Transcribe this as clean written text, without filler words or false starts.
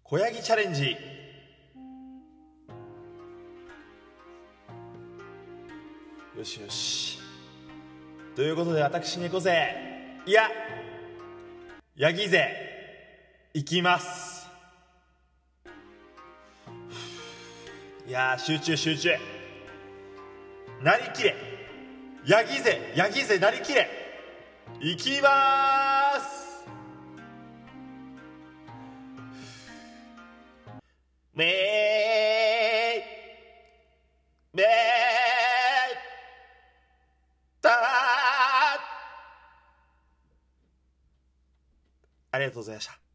小ヤギチャレンジ。よしよし。ということで私猫背、いやヤギ勢いきます。いやー、集中集中。なりきれ、ヤギ勢なりきれ。いきまーす。めーめーたー。ありがとうございました。